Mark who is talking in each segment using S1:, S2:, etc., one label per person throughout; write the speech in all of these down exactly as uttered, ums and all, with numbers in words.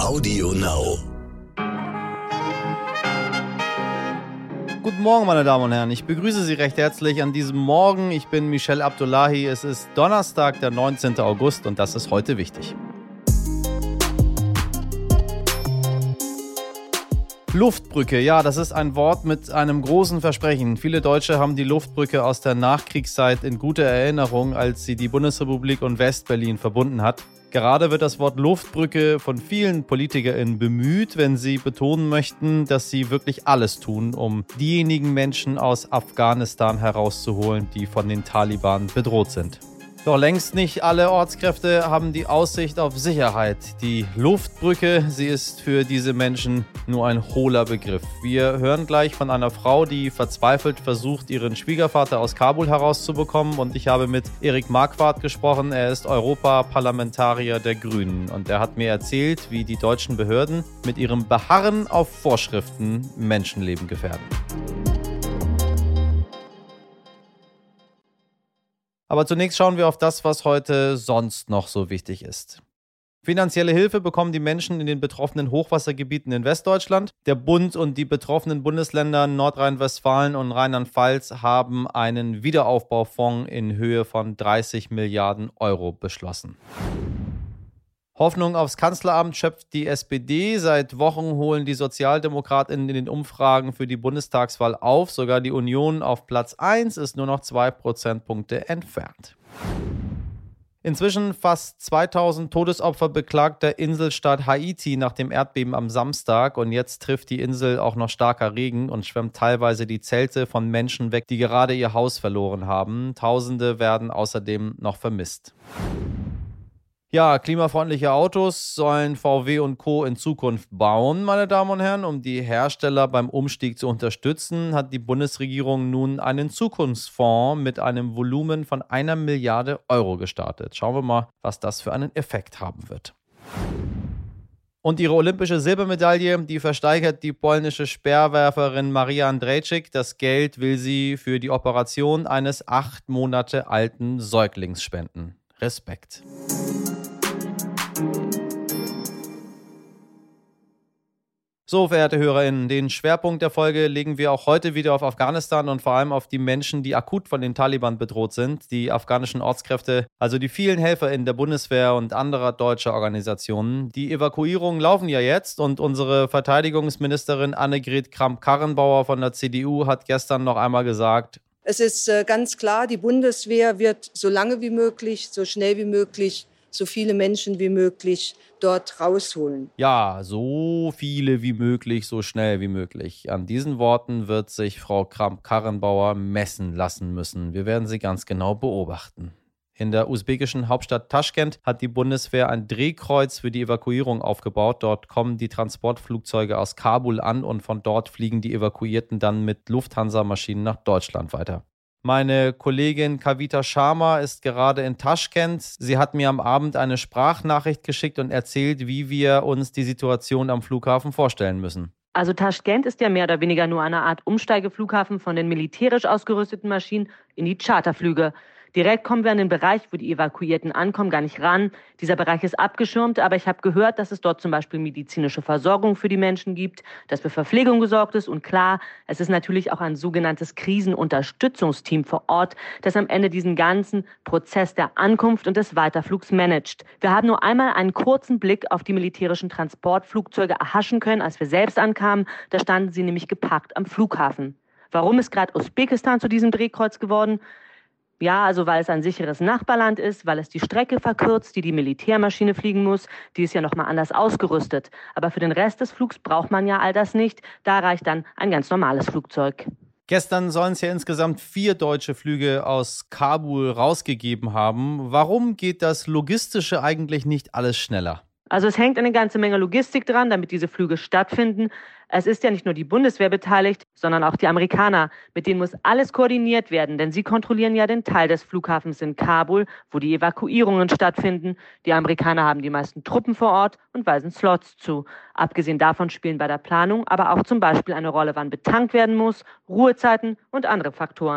S1: Audio Now.
S2: Guten Morgen, meine Damen und Herren. Ich begrüße Sie recht herzlich an diesem Morgen. Ich bin Michel Abdullahi. Es ist Donnerstag, der neunzehnten August und das ist heute wichtig. Luftbrücke, ja, das ist ein Wort mit einem großen Versprechen. Viele Deutsche haben die Luftbrücke aus der Nachkriegszeit in guter Erinnerung, als sie die Bundesrepublik und Westberlin verbunden hat. Gerade wird das Wort Luftbrücke von vielen PolitikerInnen bemüht, wenn sie betonen möchten, dass sie wirklich alles tun, um diejenigen Menschen aus Afghanistan herauszuholen, die von den Taliban bedroht sind. Doch längst nicht alle Ortskräfte haben die Aussicht auf Sicherheit. Die Luftbrücke, sie ist für diese Menschen nur ein hohler Begriff. Wir hören gleich von einer Frau, die verzweifelt versucht, ihren Schwiegervater aus Kabul herauszubekommen. Und ich habe mit Erik Marquardt gesprochen. Er ist Europaparlamentarier der Grünen. Und er hat mir erzählt, wie die deutschen Behörden mit ihrem Beharren auf Vorschriften Menschenleben gefährden. Aber zunächst schauen wir auf das, was heute sonst noch so wichtig ist. Finanzielle Hilfe bekommen die Menschen in den betroffenen Hochwassergebieten in Westdeutschland. Der Bund und die betroffenen Bundesländer Nordrhein-Westfalen und Rheinland-Pfalz haben einen Wiederaufbaufonds in Höhe von dreißig Milliarden Euro beschlossen. Hoffnung aufs Kanzleramt schöpft die S P D. Seit Wochen holen die SozialdemokratInnen in den Umfragen für die Bundestagswahl auf. Sogar die Union auf Platz eins ist nur noch zwei Prozentpunkte entfernt. Inzwischen fast zweitausend Todesopfer beklagt der Inselstaat Haiti nach dem Erdbeben am Samstag. Und jetzt trifft die Insel auch noch starker Regen und schwemmt teilweise die Zelte von Menschen weg, die gerade ihr Haus verloren haben. Tausende werden außerdem noch vermisst. Ja, klimafreundliche Autos sollen V W und Co. in Zukunft bauen, meine Damen und Herren. Um die Hersteller beim Umstieg zu unterstützen, hat die Bundesregierung nun einen Zukunftsfonds mit einem Volumen von einer Milliarde Euro gestartet. Schauen wir mal, was das für einen Effekt haben wird. Und ihre olympische Silbermedaille, die versteigert die polnische Speerwerferin Maria Andrzejczyk. Das Geld will sie für die Operation eines acht Monate alten Säuglings spenden. Respekt. So, verehrte HörerInnen, den Schwerpunkt der Folge legen wir auch heute wieder auf Afghanistan und vor allem auf die Menschen, die akut von den Taliban bedroht sind. Die afghanischen Ortskräfte, also die vielen HelferInnen der Bundeswehr und anderer deutscher Organisationen. Die Evakuierungen laufen ja jetzt und unsere Verteidigungsministerin Annegret Kramp-Karrenbauer von der C D U hat gestern noch einmal gesagt:
S3: Es ist äh, ganz klar, die Bundeswehr wird so lange wie möglich, so schnell wie möglich, so viele Menschen wie möglich dort rausholen.
S2: Ja, so viele wie möglich, so schnell wie möglich. An diesen Worten wird sich Frau Kramp-Karrenbauer messen lassen müssen. Wir werden sie ganz genau beobachten. In der usbekischen Hauptstadt Taschkent hat die Bundeswehr ein Drehkreuz für die Evakuierung aufgebaut. Dort kommen die Transportflugzeuge aus Kabul an und von dort fliegen die Evakuierten dann mit Lufthansa-Maschinen nach Deutschland weiter. Meine Kollegin Kavita Sharma ist gerade in Taschkent. Sie hat mir am Abend eine Sprachnachricht geschickt und erzählt, wie wir uns die Situation am Flughafen vorstellen müssen.
S4: Also Taschkent ist ja mehr oder weniger nur eine Art Umsteigeflughafen von den militärisch ausgerüsteten Maschinen in die Charterflüge. Direkt kommen wir an den Bereich, wo die Evakuierten ankommen, gar nicht ran. Dieser Bereich ist abgeschirmt, aber ich habe gehört, dass es dort zum Beispiel medizinische Versorgung für die Menschen gibt, dass für Verpflegung gesorgt ist. Und klar, es ist natürlich auch ein sogenanntes Krisenunterstützungsteam vor Ort, das am Ende diesen ganzen Prozess der Ankunft und des Weiterflugs managt. Wir haben nur einmal einen kurzen Blick auf die militärischen Transportflugzeuge erhaschen können, als wir selbst ankamen. Da standen sie nämlich geparkt am Flughafen. Warum ist gerade Usbekistan zu diesem Drehkreuz geworden? Ja, also weil es ein sicheres Nachbarland ist, weil es die Strecke verkürzt, die die Militärmaschine fliegen muss. Die ist ja nochmal anders ausgerüstet. Aber für den Rest des Flugs braucht man ja all das nicht. Da reicht dann ein ganz normales Flugzeug.
S2: Gestern sollen es ja insgesamt vier deutsche Flüge aus Kabul rausgegeben haben. Warum geht das Logistische eigentlich nicht alles schneller?
S4: Also es hängt eine ganze Menge Logistik dran, damit diese Flüge stattfinden. Es ist ja nicht nur die Bundeswehr beteiligt, sondern auch die Amerikaner. Mit denen muss alles koordiniert werden, denn sie kontrollieren ja den Teil des Flughafens in Kabul, wo die Evakuierungen stattfinden. Die Amerikaner haben die meisten Truppen vor Ort und weisen Slots zu. Abgesehen davon spielen bei der Planung aber auch zum Beispiel eine Rolle, wann betankt werden muss, Ruhezeiten und andere Faktoren.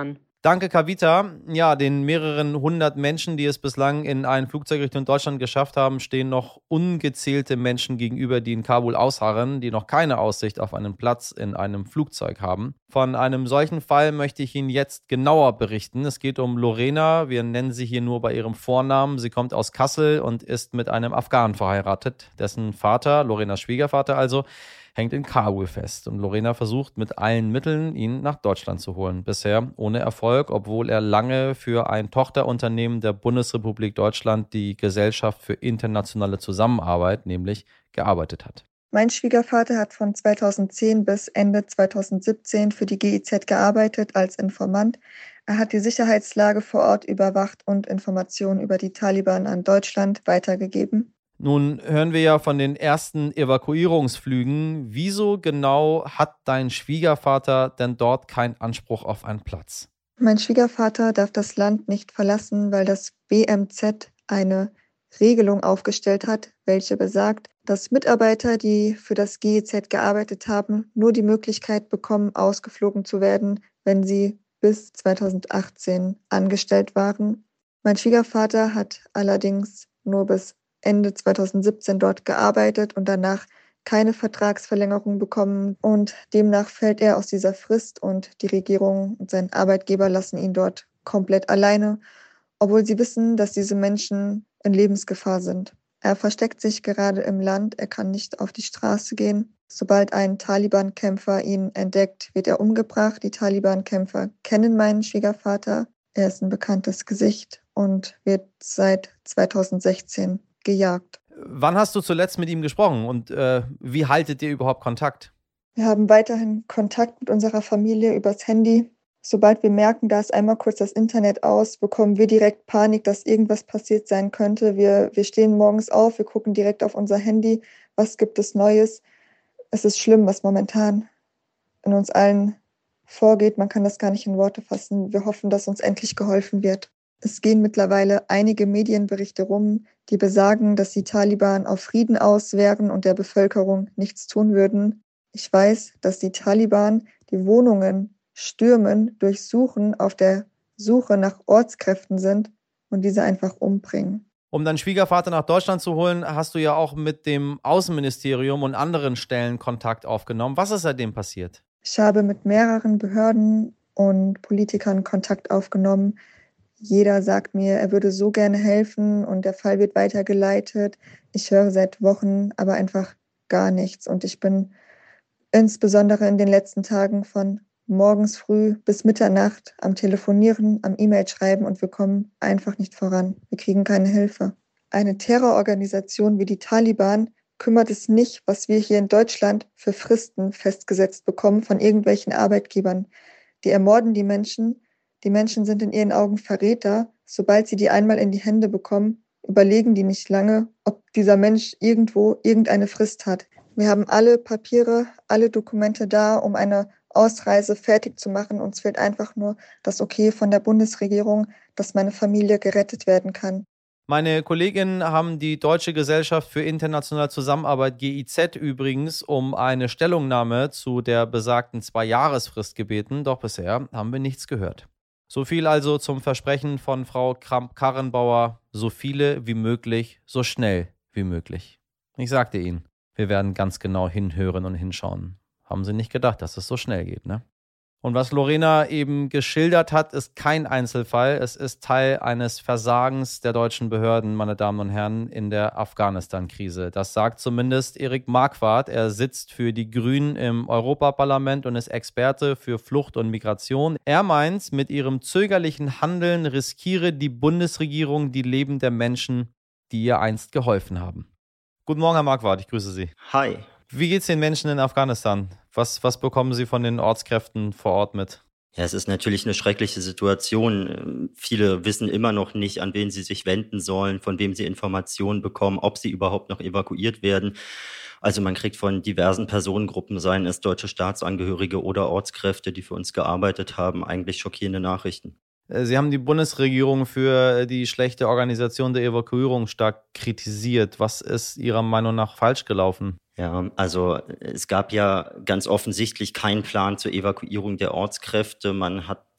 S2: Danke, Kavita. Ja, den mehreren hundert Menschen, die es bislang in ein Flugzeug Richtung Deutschland geschafft haben, stehen noch ungezählte Menschen gegenüber, die in Kabul ausharren, die noch keine Aussicht auf einen Platz in einem Flugzeug haben. Von einem solchen Fall möchte ich Ihnen jetzt genauer berichten. Es geht um Lorena. Wir nennen sie hier nur bei ihrem Vornamen. Sie kommt aus Kassel und ist mit einem Afghanen verheiratet. Dessen Vater, Lorenas Schwiegervater also, hängt in Kabul fest. Und Lorena versucht mit allen Mitteln, ihn nach Deutschland zu holen. Bisher ohne Erfolg, obwohl er lange für ein Tochterunternehmen der Bundesrepublik Deutschland, die Gesellschaft für internationale Zusammenarbeit, nämlich gearbeitet hat.
S1: Mein Schwiegervater hat von zweitausendzehn bis Ende zweitausendsiebzehn für die G I Z gearbeitet als Informant. Er hat die Sicherheitslage vor Ort überwacht und Informationen über die Taliban an Deutschland weitergegeben.
S2: Nun hören wir ja von den ersten Evakuierungsflügen. Wieso genau hat dein Schwiegervater denn dort keinen Anspruch auf einen Platz?
S1: Mein Schwiegervater darf das Land nicht verlassen, weil das B M Z eine Regelung aufgestellt hat, welche besagt, dass Mitarbeiter, die für das G I Z gearbeitet haben, nur die Möglichkeit bekommen, ausgeflogen zu werden, wenn sie bis zweitausendachtzehn angestellt waren. Mein Schwiegervater hat allerdings nur bis Ende zweitausendsiebzehn dort gearbeitet und danach keine Vertragsverlängerung bekommen. Und demnach fällt er aus dieser Frist und die Regierung und sein Arbeitgeber lassen ihn dort komplett alleine, obwohl sie wissen, dass diese Menschen in Lebensgefahr sind. Er versteckt sich gerade im Land, er kann nicht auf die Straße gehen. Sobald ein Taliban-Kämpfer ihn entdeckt, wird er umgebracht. Die Taliban-Kämpfer kennen meinen Schwiegervater. Er ist ein bekanntes Gesicht und wird seit zweitausendsechzehn gejagt.
S2: Wann hast du zuletzt mit ihm gesprochen und äh, wie haltet ihr überhaupt Kontakt?
S1: Wir haben weiterhin Kontakt mit unserer Familie übers Handy. Sobald wir merken, da ist einmal kurz das Internet aus, bekommen wir direkt Panik, dass irgendwas passiert sein könnte. Wir, wir stehen morgens auf, wir gucken direkt auf unser Handy, was gibt es Neues. Es ist schlimm, was momentan in uns allen vorgeht. Man kann das gar nicht in Worte fassen. Wir hoffen, dass uns endlich geholfen wird. Es gehen mittlerweile einige Medienberichte rum, die besagen, dass die Taliban auf Frieden aus wären und der Bevölkerung nichts tun würden. Ich weiß, dass die Taliban die Wohnungen stürmen, durchsuchen, auf der Suche nach Ortskräften sind und diese einfach umbringen.
S2: Um deinen Schwiegervater nach Deutschland zu holen, hast du ja auch mit dem Außenministerium und anderen Stellen Kontakt aufgenommen. Was ist seitdem passiert?
S1: Ich habe mit mehreren Behörden und Politikern Kontakt aufgenommen. Jeder sagt mir, er würde so gerne helfen und der Fall wird weitergeleitet. Ich höre seit Wochen aber einfach gar nichts. Und ich bin insbesondere in den letzten Tagen von morgens früh bis Mitternacht am Telefonieren, am E-Mail schreiben und wir kommen einfach nicht voran. Wir kriegen keine Hilfe. Eine Terrororganisation wie die Taliban kümmert es nicht, was wir hier in Deutschland für Fristen festgesetzt bekommen von irgendwelchen Arbeitgebern. Die ermorden die Menschen. Die Menschen sind in ihren Augen Verräter. Sobald sie die einmal in die Hände bekommen, überlegen die nicht lange, ob dieser Mensch irgendwo irgendeine Frist hat. Wir haben alle Papiere, alle Dokumente da, um eine Ausreise fertig zu machen. Uns fehlt einfach nur das Okay von der Bundesregierung, dass meine Familie gerettet werden kann.
S2: Meine Kolleginnen haben die Deutsche Gesellschaft für internationale Zusammenarbeit, G I Z, übrigens um eine Stellungnahme zu der besagten Zwei-Jahres-Frist gebeten, doch bisher haben wir nichts gehört. So viel also zum Versprechen von Frau Kramp-Karrenbauer, so viele wie möglich, so schnell wie möglich. Ich sagte Ihnen, wir werden ganz genau hinhören und hinschauen. Haben Sie nicht gedacht, dass es so schnell geht, ne? Und was Lorena eben geschildert hat, ist kein Einzelfall. Es ist Teil eines Versagens der deutschen Behörden, meine Damen und Herren, in der Afghanistan-Krise. Das sagt zumindest Erik Marquardt. Er sitzt für die Grünen im Europaparlament und ist Experte für Flucht und Migration. Er meint, mit ihrem zögerlichen Handeln riskiere die Bundesregierung die Leben der Menschen, die ihr einst geholfen haben. Guten Morgen, Herr Marquardt, ich grüße Sie.
S5: Hi.
S2: Wie geht's den Menschen in Afghanistan? Was, was bekommen Sie von den Ortskräften vor Ort mit?
S5: Ja, es ist natürlich eine schreckliche Situation. Viele wissen immer noch nicht, an wen sie sich wenden sollen, von wem sie Informationen bekommen, ob sie überhaupt noch evakuiert werden. Also man kriegt von diversen Personengruppen, seien es deutsche Staatsangehörige oder Ortskräfte, die für uns gearbeitet haben, eigentlich schockierende Nachrichten.
S2: Sie haben die Bundesregierung für die schlechte Organisation der Evakuierung stark kritisiert. Was ist Ihrer Meinung nach falsch gelaufen?
S5: Ja, also es gab ja ganz offensichtlich keinen Plan zur Evakuierung der Ortskräfte. Man hat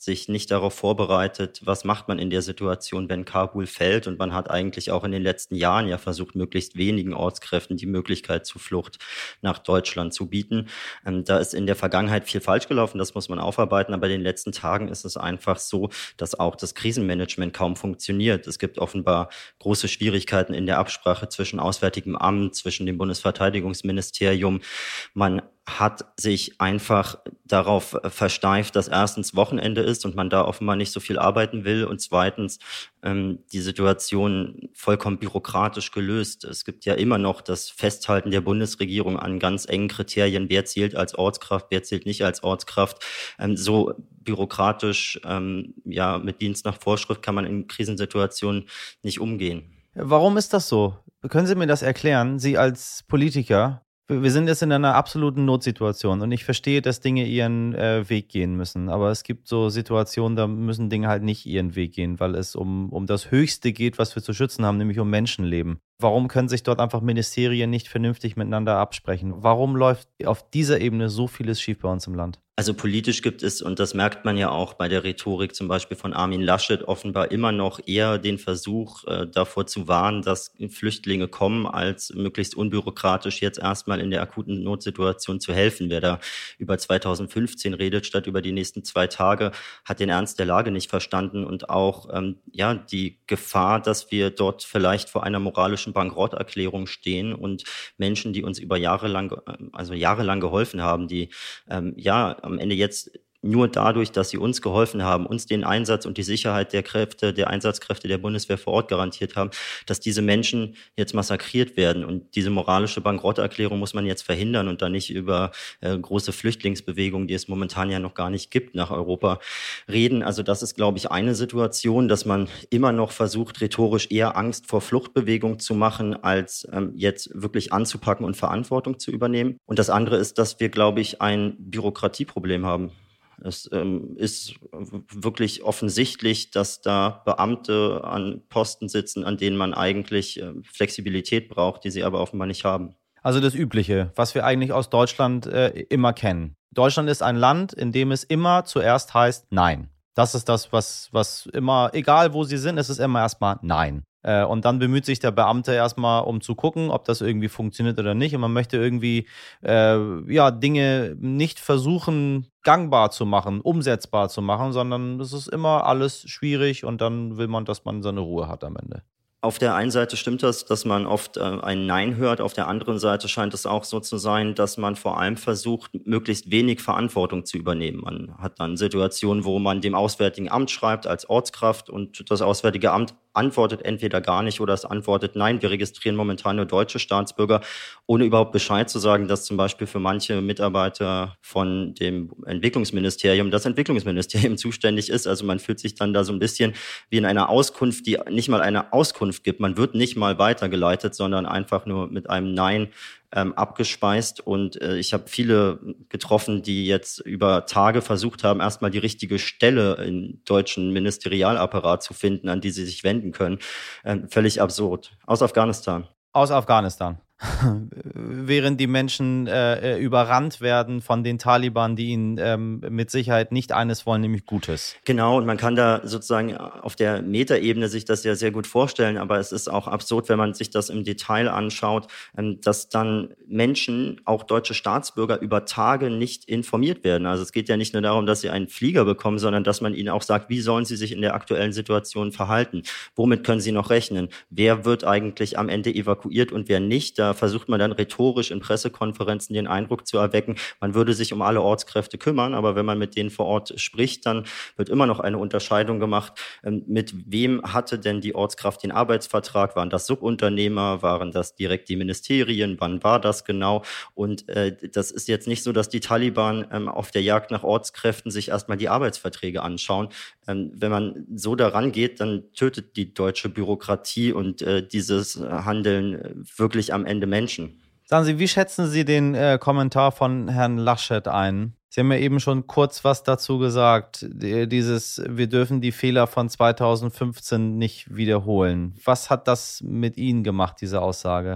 S5: sich nicht darauf vorbereitet, was macht man in der Situation, wenn Kabul fällt. Und man hat eigentlich auch in den letzten Jahren ja versucht, möglichst wenigen Ortskräften die Möglichkeit zur Flucht nach Deutschland zu bieten. Ähm, da ist in der Vergangenheit viel falsch gelaufen, das muss man aufarbeiten. Aber in den letzten Tagen ist es einfach so, dass auch das Krisenmanagement kaum funktioniert. Es gibt offenbar große Schwierigkeiten in der Absprache zwischen Auswärtigem Amt, zwischen dem Bundesverteidigungsministerium. Man hat sich einfach darauf versteift, dass erstens Wochenende ist und man da offenbar nicht so viel arbeiten will und zweitens ähm, die Situation vollkommen bürokratisch gelöst. Es gibt ja immer noch das Festhalten der Bundesregierung an ganz engen Kriterien, wer zählt als Ortskraft, wer zählt nicht als Ortskraft. Ähm, so bürokratisch, ähm, ja, mit Dienst nach Vorschrift kann man in Krisensituationen nicht umgehen.
S2: Warum ist das so? Können Sie mir das erklären? Sie als Politiker? Wir sind jetzt in einer absoluten Notsituation und ich verstehe, dass Dinge ihren äh, Weg gehen müssen. Aber es gibt so Situationen, da müssen Dinge halt nicht ihren Weg gehen, weil es um, um das Höchste geht, was wir zu schützen haben, nämlich um Menschenleben. Warum können sich dort einfach Ministerien nicht vernünftig miteinander absprechen? Warum läuft auf dieser Ebene so vieles schief bei uns im Land?
S5: Also politisch gibt es, und das merkt man ja auch bei der Rhetorik zum Beispiel von Armin Laschet, offenbar immer noch eher den Versuch äh, davor zu warnen, dass Flüchtlinge kommen, als möglichst unbürokratisch jetzt erstmal in der akuten Notsituation zu helfen. Wer da über zweitausendfünfzehn redet, statt über die nächsten zwei Tage, hat den Ernst der Lage nicht verstanden und auch ähm, ja die Gefahr, dass wir dort vielleicht vor einer moralischen Bankrotterklärung stehen und Menschen, die uns über Jahre lang, also jahrelang geholfen haben, die ähm, ja am Ende jetzt nur dadurch, dass sie uns geholfen haben, uns den Einsatz und die Sicherheit der Kräfte, der Einsatzkräfte der Bundeswehr vor Ort garantiert haben, dass diese Menschen jetzt massakriert werden. Und diese moralische Bankrotterklärung muss man jetzt verhindern und dann nicht über äh, große Flüchtlingsbewegungen, die es momentan ja noch gar nicht gibt, nach Europa reden. Also das ist, glaube ich, eine Situation, dass man immer noch versucht, rhetorisch eher Angst vor Fluchtbewegung zu machen, als ähm, jetzt wirklich anzupacken und Verantwortung zu übernehmen. Und das andere ist, dass wir, glaube ich, ein Bürokratieproblem haben. Es ähm, ist wirklich offensichtlich, dass da Beamte an Posten sitzen, an denen man eigentlich äh, Flexibilität braucht, die sie aber offenbar nicht haben.
S2: Also das Übliche, was wir eigentlich aus Deutschland äh, immer kennen. Deutschland ist ein Land, in dem es immer zuerst heißt Nein. Das ist das, was, was immer, egal wo sie sind, es ist immer erstmal Nein. Und dann bemüht sich der Beamte erstmal, um zu gucken, ob das irgendwie funktioniert oder nicht. Und man möchte irgendwie äh, ja, Dinge nicht versuchen, gangbar zu machen, umsetzbar zu machen, sondern es ist immer alles schwierig und dann will man, dass man seine Ruhe hat am Ende.
S5: Auf der einen Seite stimmt das, dass man oft äh, ein Nein hört. Auf der anderen Seite scheint es auch so zu sein, dass man vor allem versucht, möglichst wenig Verantwortung zu übernehmen. Man hat dann Situationen, wo man dem Auswärtigen Amt schreibt als Ortskraft und das Auswärtige Amt antwortet entweder gar nicht oder es antwortet, nein, wir registrieren momentan nur deutsche Staatsbürger, ohne überhaupt Bescheid zu sagen, dass zum Beispiel für manche Mitarbeiter von dem Entwicklungsministerium das Entwicklungsministerium zuständig ist. Also man fühlt sich dann da so ein bisschen wie in einer Auskunft, die nicht mal eine Auskunft gibt. Man wird nicht mal weitergeleitet, sondern einfach nur mit einem Nein ähm, abgespeist. Und äh, ich habe viele getroffen, die jetzt über Tage versucht haben, erstmal die richtige Stelle im deutschen Ministerialapparat zu finden, an die sie sich wenden können. Ähm, völlig absurd. Aus Afghanistan.
S2: Aus Afghanistan. Während die Menschen äh, überrannt werden von den Taliban, die ihnen ähm, mit Sicherheit nicht eines wollen, nämlich Gutes.
S5: Genau, und man kann da sozusagen auf der Metaebene sich das ja sehr gut vorstellen, aber es ist auch absurd, wenn man sich das im Detail anschaut, ähm, dass dann Menschen, auch deutsche Staatsbürger, über Tage nicht informiert werden. Also es geht ja nicht nur darum, dass sie einen Flieger bekommen, sondern dass man ihnen auch sagt, wie sollen sie sich in der aktuellen Situation verhalten? Womit können sie noch rechnen? Wer wird eigentlich am Ende evakuiert und wer nicht? Da versucht man dann rhetorisch in Pressekonferenzen den Eindruck zu erwecken, man würde sich um alle Ortskräfte kümmern, aber wenn man mit denen vor Ort spricht, dann wird immer noch eine Unterscheidung gemacht, mit wem hatte denn die Ortskraft den Arbeitsvertrag, waren das Subunternehmer, waren das direkt die Ministerien, wann war das genau? Und äh, das ist jetzt nicht so, dass die Taliban ähm, auf der Jagd nach Ortskräften sich erstmal die Arbeitsverträge anschauen. Ähm, wenn man so daran geht, dann tötet die deutsche Bürokratie und äh, dieses Handeln wirklich am Ende Menschen.
S2: Sagen Sie, wie schätzen Sie den äh, Kommentar von Herrn Laschet ein? Sie haben ja eben schon kurz was dazu gesagt, dieses, wir dürfen die Fehler von zweitausendfünfzehn nicht wiederholen. Was hat das mit Ihnen gemacht, diese Aussage?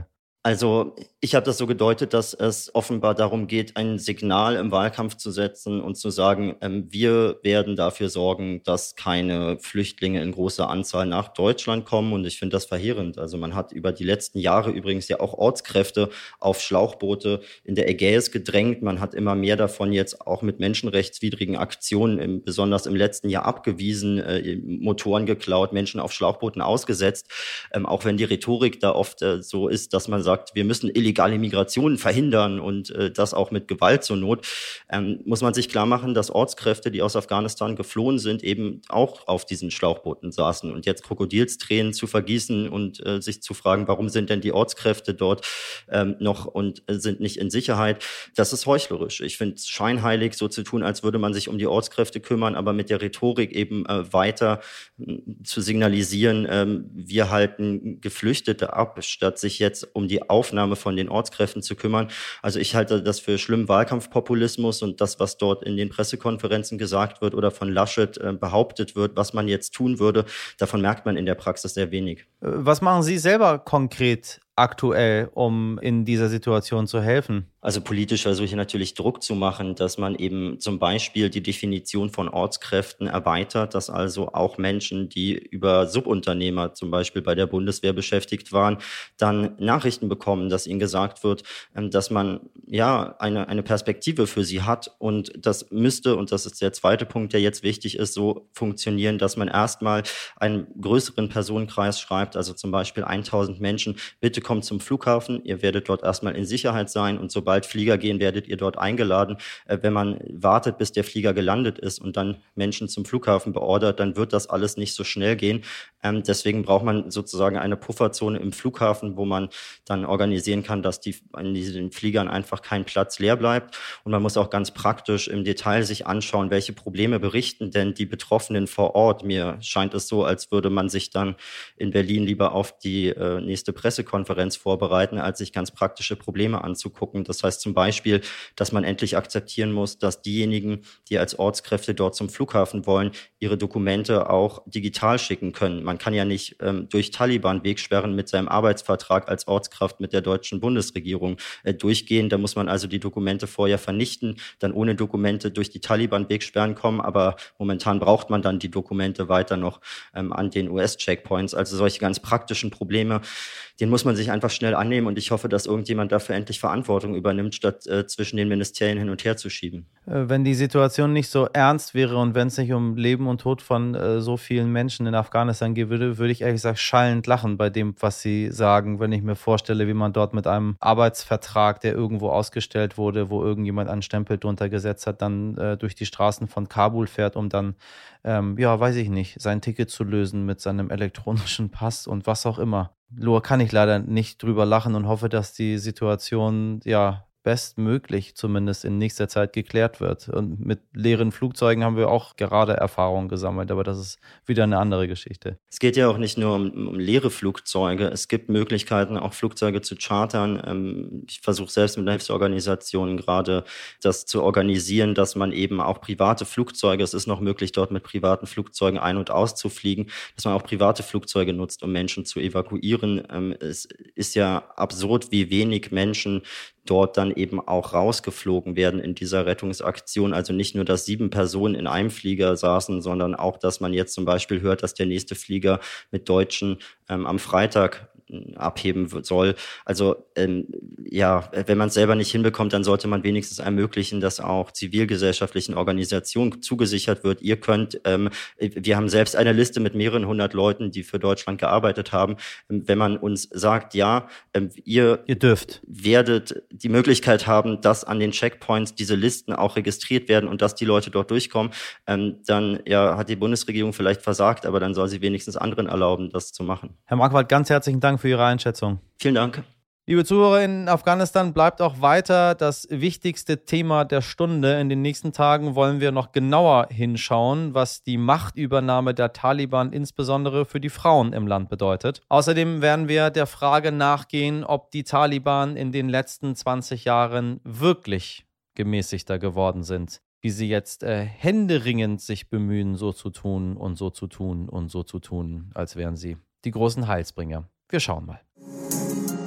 S5: Also ich habe das so gedeutet, dass es offenbar darum geht, ein Signal im Wahlkampf zu setzen und zu sagen, ähm, wir werden dafür sorgen, dass keine Flüchtlinge in großer Anzahl nach Deutschland kommen. Und ich finde das verheerend. Also man hat über die letzten Jahre übrigens ja auch Ortskräfte auf Schlauchboote in der Ägäis gedrängt. Man hat immer mehr davon jetzt auch mit menschenrechtswidrigen Aktionen, im, besonders im letzten Jahr abgewiesen, äh, Motoren geklaut, Menschen auf Schlauchbooten ausgesetzt. Ähm, auch wenn die Rhetorik da oft äh, so ist, dass man sagt, sagt, wir müssen illegale Migration verhindern und äh, das auch mit Gewalt zur Not, ähm, muss man sich klar machen, dass Ortskräfte, die aus Afghanistan geflohen sind, eben auch auf diesen Schlauchbooten saßen. Und jetzt Krokodilstränen zu vergießen und äh, sich zu fragen, warum sind denn die Ortskräfte dort ähm, noch und äh, sind nicht in Sicherheit, das ist heuchlerisch. Ich finde es scheinheilig, so zu tun, als würde man sich um die Ortskräfte kümmern, aber mit der Rhetorik eben äh, weiter äh, zu signalisieren, äh, wir halten Geflüchtete ab, statt sich jetzt um die Aufnahme von den Ortskräften zu kümmern. Also ich halte das für schlimmen Wahlkampfpopulismus und das, was dort in den Pressekonferenzen gesagt wird oder von Laschet äh, behauptet wird, was man jetzt tun würde, davon merkt man in der Praxis sehr wenig.
S2: Was machen Sie selber konkret aktuell, um in dieser Situation zu helfen?
S5: Also politisch versuche ich natürlich Druck zu machen, dass man eben zum Beispiel die Definition von Ortskräften erweitert, dass also auch Menschen, die über Subunternehmer zum Beispiel bei der Bundeswehr beschäftigt waren, dann Nachrichten bekommen, dass ihnen gesagt wird, dass man ja eine, eine Perspektive für sie hat. Und das müsste, und das ist der zweite Punkt, der jetzt wichtig ist, so funktionieren, dass man erstmal einen größeren Personenkreis schreibt, also zum Beispiel tausend Menschen, bitte kommt zum Flughafen, ihr werdet dort erstmal in Sicherheit sein und sobald Sobald Flieger gehen, werdet ihr dort eingeladen. Äh, wenn man wartet, bis der Flieger gelandet ist und dann Menschen zum Flughafen beordert, dann wird das alles nicht so schnell gehen. Ähm, deswegen braucht man sozusagen eine Pufferzone im Flughafen, wo man dann organisieren kann, dass die, in diesen Fliegern einfach kein Platz leer bleibt. Und man muss auch ganz praktisch im Detail sich anschauen, welche Probleme berichten denn die Betroffenen vor Ort. Mir scheint es so, als würde man sich dann in Berlin lieber auf die äh, nächste Pressekonferenz vorbereiten, als sich ganz praktische Probleme anzugucken. Das Das heißt zum Beispiel, dass man endlich akzeptieren muss, dass diejenigen, die als Ortskräfte dort zum Flughafen wollen, ihre Dokumente auch digital schicken können. Man kann ja nicht ähm, durch Taliban Wegsperren mit seinem Arbeitsvertrag als Ortskraft mit der deutschen Bundesregierung äh, durchgehen. Da muss man also die Dokumente vorher vernichten, dann ohne Dokumente durch die Taliban Wegsperren kommen. Aber momentan braucht man dann die Dokumente weiter noch ähm, an den U S-Checkpoints. Also solche ganz praktischen Probleme, den muss man sich einfach schnell annehmen. Und ich hoffe, dass irgendjemand dafür endlich Verantwortung übernimmt, statt äh, zwischen den Ministerien hin und her zu schieben.
S2: Wenn die Situation nicht so ernst wäre und wenn es nicht um Leben und Tod von äh, so vielen Menschen in Afghanistan gehen würde, würde ich ehrlich gesagt schallend lachen bei dem, was Sie sagen, wenn ich mir vorstelle, wie man dort mit einem Arbeitsvertrag, der irgendwo ausgestellt wurde, wo irgendjemand einen Stempel drunter gesetzt hat, dann äh, durch die Straßen von Kabul fährt, um dann, ähm, ja, weiß ich nicht, sein Ticket zu lösen mit seinem elektronischen Pass und was auch immer. Nur kann ich leider nicht drüber lachen und hoffe, dass die Situation, ja, bestmöglich zumindest in nächster Zeit geklärt wird. Und mit leeren Flugzeugen haben wir auch gerade Erfahrungen gesammelt, aber das ist wieder eine andere Geschichte.
S5: Es geht ja auch nicht nur um, um leere Flugzeuge. Es gibt Möglichkeiten, auch Flugzeuge zu chartern. Ich versuche selbst mit Hilfsorganisationen gerade das zu organisieren, dass man eben auch private Flugzeuge, es ist noch möglich, dort mit privaten Flugzeugen ein- und auszufliegen, dass man auch private Flugzeuge nutzt, um Menschen zu evakuieren. Es ist ja absurd, wie wenig Menschen dort dann eben auch rausgeflogen werden in dieser Rettungsaktion. Also nicht nur, dass sieben Personen in einem Flieger saßen, sondern auch, dass man jetzt zum Beispiel hört, dass der nächste Flieger mit Deutschen ähm, am Freitag abheben soll. Also ähm, ja, wenn man es selber nicht hinbekommt, dann sollte man wenigstens ermöglichen, dass auch zivilgesellschaftlichen Organisationen zugesichert wird. Ihr könnt, ähm, wir haben selbst eine Liste mit mehreren hundert Leuten, die für Deutschland gearbeitet haben. Wenn man uns sagt, ja, ähm, ihr,
S2: ihr dürft,
S5: werdet die Möglichkeit haben, dass an den Checkpoints diese Listen auch registriert werden und dass die Leute dort durchkommen, ähm, dann ja, hat die Bundesregierung vielleicht versagt, aber dann soll sie wenigstens anderen erlauben, das zu machen.
S2: Herr Marquardt, ganz herzlichen Dank für Ihre Einschätzung.
S5: Vielen Dank.
S2: Liebe Zuhörer, in Afghanistan bleibt auch weiter das wichtigste Thema der Stunde. In den nächsten Tagen wollen wir noch genauer hinschauen, was die Machtübernahme der Taliban insbesondere für die Frauen im Land bedeutet. Außerdem werden wir der Frage nachgehen, ob die Taliban in den letzten zwanzig Jahren wirklich gemäßigter geworden sind. Wie sie jetzt äh, händeringend sich bemühen, so zu tun und so zu tun und so zu tun, als wären sie die großen Heilsbringer. Wir schauen mal.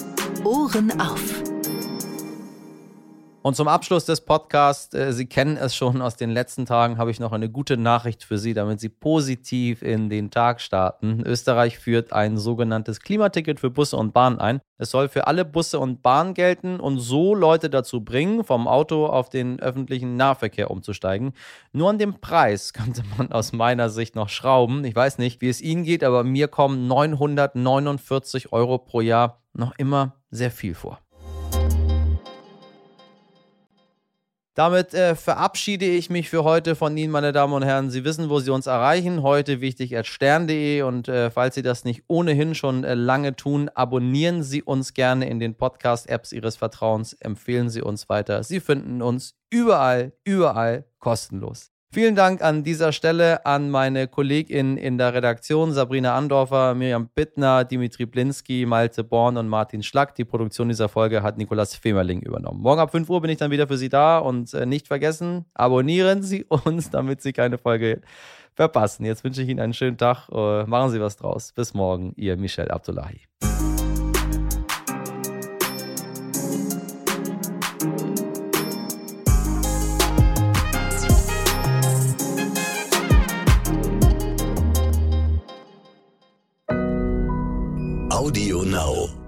S6: Ohren auf.
S2: Und zum Abschluss des Podcasts, äh, Sie kennen es schon aus den letzten Tagen, habe ich noch eine gute Nachricht für Sie, damit Sie positiv in den Tag starten. Österreich führt ein sogenanntes Klimaticket für Busse und Bahnen ein. Es soll für alle Busse und Bahnen gelten und so Leute dazu bringen, vom Auto auf den öffentlichen Nahverkehr umzusteigen. Nur an dem Preis könnte man aus meiner Sicht noch schrauben. Ich weiß nicht, wie es Ihnen geht, aber mir kommen neunhundertneunundvierzig Euro pro Jahr noch immer sehr viel vor. Damit äh, verabschiede ich mich für heute von Ihnen, meine Damen und Herren. Sie wissen, wo Sie uns erreichen. Heute wichtig at stern punkt de und äh, falls Sie das nicht ohnehin schon äh, lange tun, abonnieren Sie uns gerne in den Podcast-Apps Ihres Vertrauens. Empfehlen Sie uns weiter. Sie finden uns überall, überall kostenlos. Vielen Dank an dieser Stelle an meine KollegInnen in der Redaktion, Sabrina Andorfer, Miriam Bittner, Dimitri Blinski, Malte Born und Martin Schlack. Die Produktion dieser Folge hat Nikolas Femerling übernommen. Morgen ab fünf Uhr bin ich dann wieder für Sie da und äh, nicht vergessen, abonnieren Sie uns, damit Sie keine Folge verpassen. Jetzt wünsche ich Ihnen einen schönen Tag, äh, machen Sie was draus. Bis morgen, Ihr Michel Abdullahi.
S7: Audio Now.